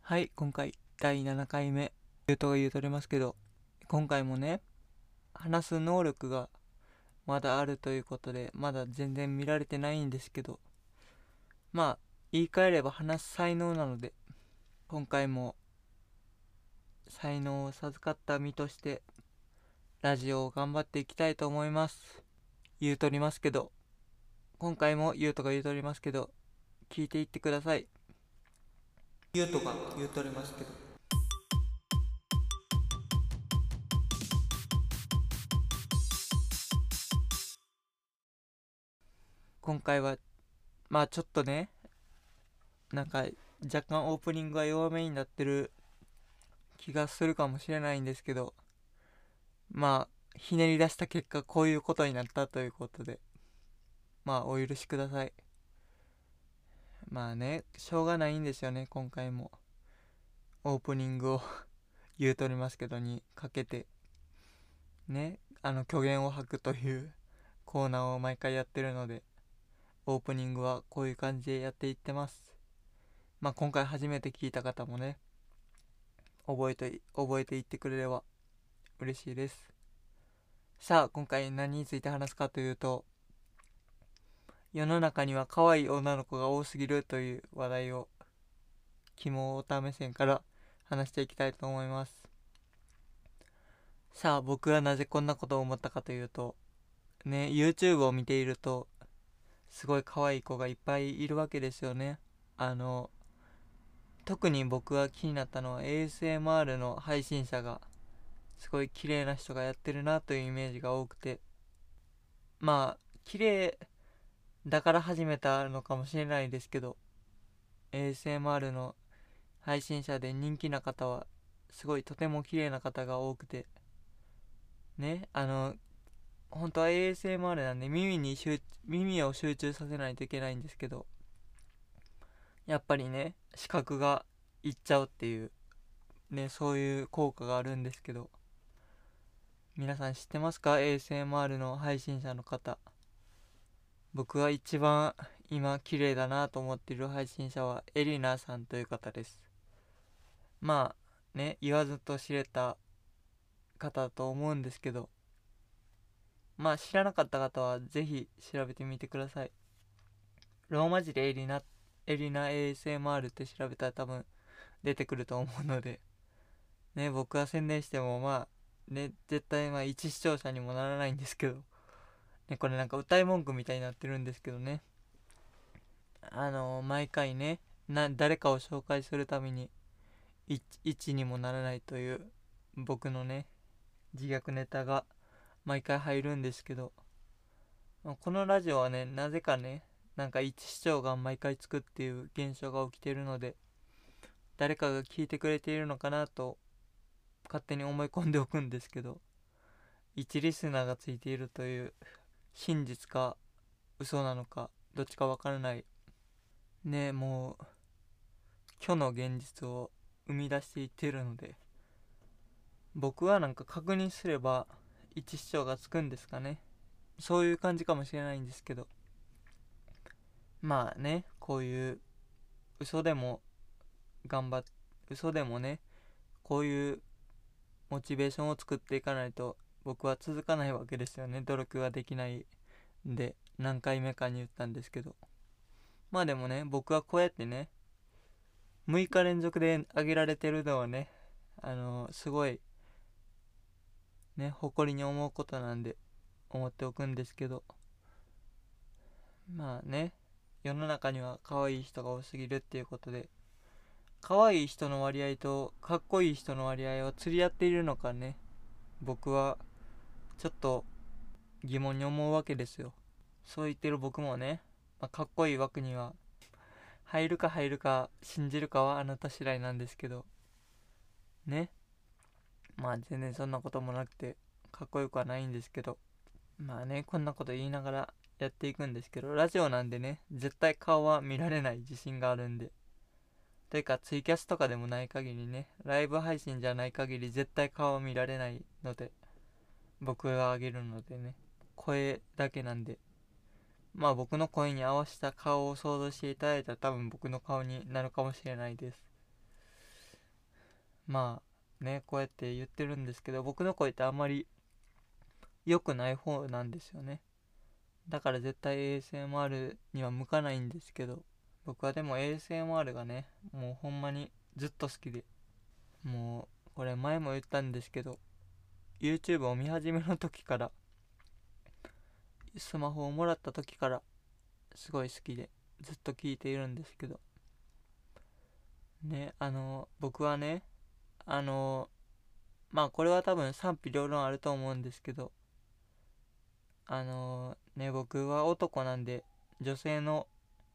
はい、今回第7回目、言うとが言うとりますけど、今回もね、話す能力がまだあるということで、まだ全然見られてないんですけど、まあ、言い換えれば話す才能なので、今回も才能を授かった身として、ラジオを頑張っていきたいと思います。言うとりますけど、今回も言うとが言うとりますけど、聞いていってください。言うとが言うとりますけど、今回は、ちょっとね、なんか若干オープニングが弱めになってる気がするかもしれないんですけど、ひねり出した結果こういうことになったということで、お許しください。しょうがないんですよね。今回もオープニングを言うとりますけどにかけてね、虚言を吐くというコーナーを毎回やってるので、オープニングはこういう感じでやっていってます。今回初めて聞いた方もね、覚えていってくれれば嬉しいです。さあ、今回何について話すかというと、世の中には可愛い女の子が多すぎるという話題を肝オタ目線から話していきたいと思います。さあ、僕はなぜこんなことを思ったかというと、ね、YouTube を見ているとすごい可愛い子がいっぱいいるわけですよね。あの特に僕が気になったのは ASMR の配信者がすごい綺麗な人がやってるなというイメージが多くて、綺麗だから始めたのかもしれないですけど、 ASMR の配信者で人気な方はすごいとても綺麗な方が多くてね、本当は ASMR なんで耳を集中させないといけないんですけど、やっぱりね視覚がいっちゃうっていうね、そういう効果があるんですけど、皆さん知ってますか？ ASMR の配信者の方。僕が一番今綺麗だなと思っている配信者はエリナさんという方です。言わずと知れた方だと思うんですけど、知らなかった方はぜひ調べてみてください。ローマ字でエリナ ASMR って調べたら多分出てくると思うので、ね、僕が宣伝しても絶対一視聴者にもならないんですけど、ね、これなんか歌い文句みたいになってるんですけどね、毎回ね、誰かを紹介するために1にもならないという僕のね、自虐ネタが毎回入るんですけど、このラジオはね、なぜかね、なんか一視聴が毎回つくっていう現象が起きているので、誰かが聞いてくれているのかなと勝手に思い込んでおくんですけど、一リスナーがついているという真実か嘘なのかどっちかわからないね、もう虚の現実を生み出していっているので、僕はなんか確認すれば一視聴がつくんですかね。そういう感じかもしれないんですけど、こういう嘘でも頑張っ嘘でもね、こういうモチベーションを作っていかないと僕は続かないわけですよね。努力ができないんで、何回目かに言ったんですけど、でもね、僕はこうやってね、6日連続で上げられてるのはね、すごいね、誇りに思うことなんで思っておくんですけど、世の中には可愛い人が多すぎるっていうことで、可愛い人の割合とかっこいい人の割合は釣り合っているのかね、僕はちょっと疑問に思うわけですよ。そう言ってる僕もね、かっこいい枠には入るか信じるかはあなた次第なんですけどね、全然そんなこともなくてかっこよくはないんですけど、こんなこと言いながらやっていくんですけど、ラジオなんでね、絶対顔は見られない自信があるんで、というかツイキャスとかでもない限りね、ライブ配信じゃない限り絶対顔は見られないので、僕があげるのでね、声だけなんで、僕の声に合わせた顔を想像していただいたら多分僕の顔になるかもしれないです。 まあね、こうやって言ってるんですけど、僕の声ってあんまり良くない方なんですよね。だから絶対 ASMR には向かないんですけど、僕はでも ASMR がね、もうほんまにずっと好きで、もうこれ前も言ったんですけど、 YouTube を見始めの時から、スマホをもらった時からすごい好きでずっと聞いているんですけどね。僕はね、あのまあこれは多分賛否両論あると思うんですけど、僕は男なんで、女性の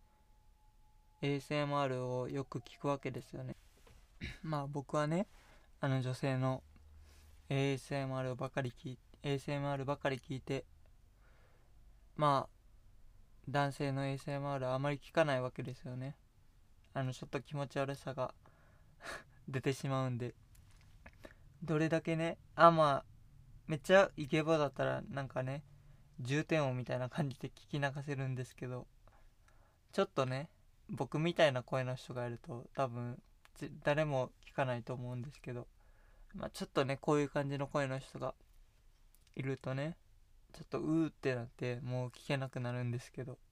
ASMR をよく聞くわけですよね。まあ僕はね、女性の ASMR ばかり聞いて、まあ男性の ASMR はあまり聞かないわけですよね。ちょっと気持ち悪さが出てしまうんで、どれだけね、まあめっちゃイケボだったらなんかね、重点音みたいな感じで聞き流せるんですけど、ちょっとね、僕みたいな声の人がいると多分誰も聞かないと思うんですけど、ちょっとね、こういう感じの声の人がいるとね、ちょっとってなってもう聞けなくなるんですけど、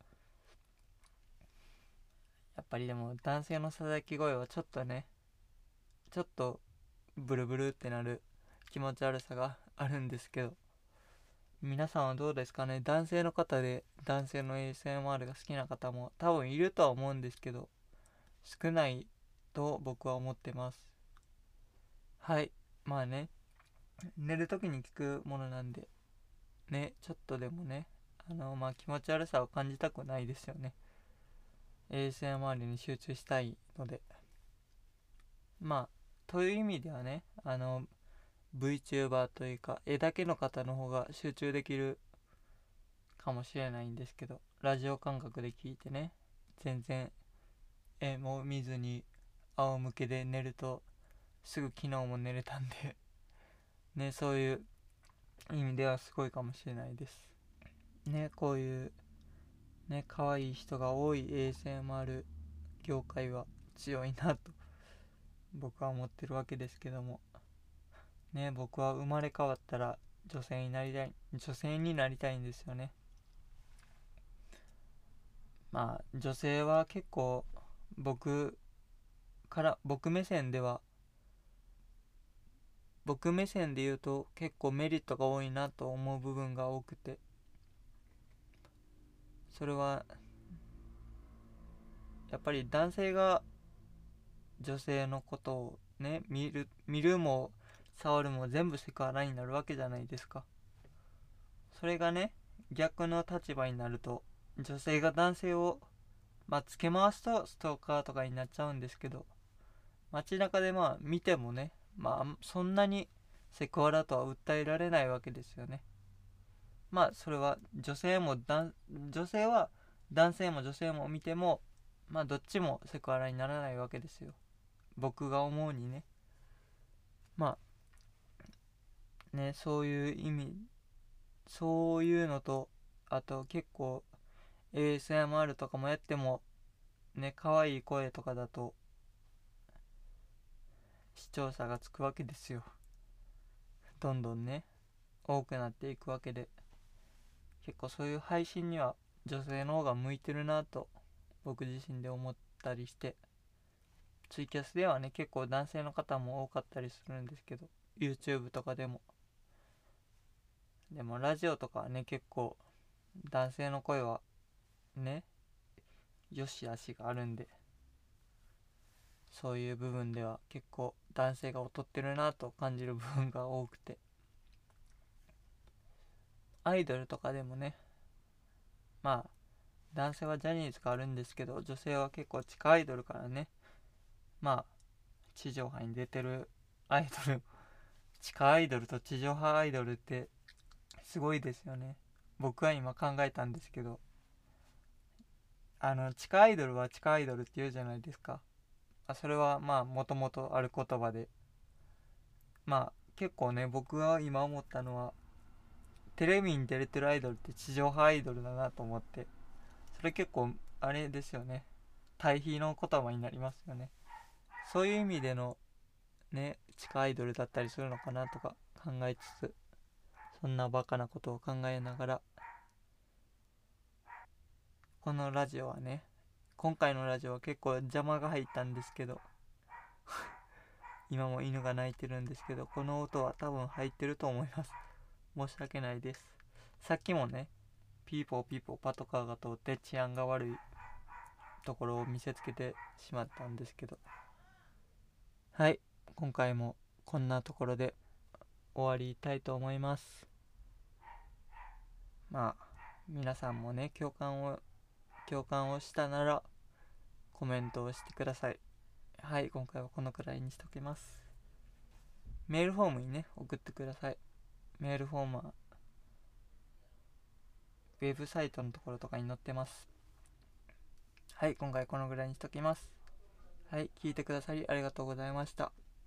やっぱりでも男性のささやき声はちょっとね、ちょっとブルブルってなる気持ち悪さがあるんですけど、皆さんはどうですかね。男性の方で男性の ASMR が好きな方も多分いるとは思うんですけど、少ないと僕は思ってます。はい。まあね、寝るときに聞くものなんでね、ちょっとでもね、気持ち悪さを感じたくないですよね。 ASMR に集中したいので、まあという意味ではね、VTuber というか絵だけの方の方が集中できるかもしれないんですけど、ラジオ感覚で聞いてね、全然絵も見ずに仰向けで寝るとすぐ昨日も寝れたんでね、そういう意味ではすごいかもしれないですね。こういうね、可愛い人が多い ASMR 業界は強いなと僕は思ってるわけですけどもね。僕は生まれ変わったら女性になりたいんですよね。まあ女性は結構僕僕目線では、僕目線で言うと結構メリットが多いなと思う部分が多くて、それはやっぱり男性が女性のことをね、見るも触るも全部セクハラになるわけじゃないですか。それがね、逆の立場になると、女性が男性をつけ回すとストーカーとかになっちゃうんですけど、街中で見てもね、そんなにセクハラとは訴えられないわけですよね。それは女性は男性も女性も見てもどっちもセクハラにならないわけですよ、僕が思うにね。まそういう意味、そういうのと、あと結構 ASMR とかもやってもね、可愛い声とかだと視聴者がつくわけですよ。どんどんね、多くなっていくわけで、結構そういう配信には女性の方が向いてるなと僕自身で思ったりして、ツイキャスではね、結構男性の方も多かったりするんですけど、 YouTube とかでも。でもラジオとかはね、結構男性の声はね、よし悪しがあるんで、そういう部分では結構男性が劣ってるなと感じる部分が多くて、アイドルとかでもね、男性はジャニーズがあるんですけど、女性は結構地下アイドルからね、地上波に出てるアイドル、地下アイドルと地上波アイドルってすごいですよね。僕は今考えたんですけど、地下アイドルは地下アイドルって言うじゃないですか。それはもともとある言葉で、結構ね、僕が今思ったのは、テレビに出れてるアイドルって地上波アイドルだなと思って、それ結構あれですよね、対比の言葉になりますよね。そういう意味でのね、地下アイドルだったりするのかなとか考えつつ、そんなバカなことを考えながら、このラジオはね、今回のラジオは結構邪魔が入ったんですけど、今も犬が鳴いてるんですけど、この音は多分入ってると思います。申し訳ないです。さっきもね、ピーポーピーポーパトカーが通って治安が悪いところを見せつけてしまったんですけど、はい、今回もこんなところで終わりたいと思います。まあ皆さんもね、共感をしたならコメントをしてください。はい、今回はこのくらいにしときます。メールフォームにね、送ってください。メールフォームはウェブサイトのところとかに載ってます。はい、今回このぐらいにしときます。はい、聞いてくださりありがとうございました。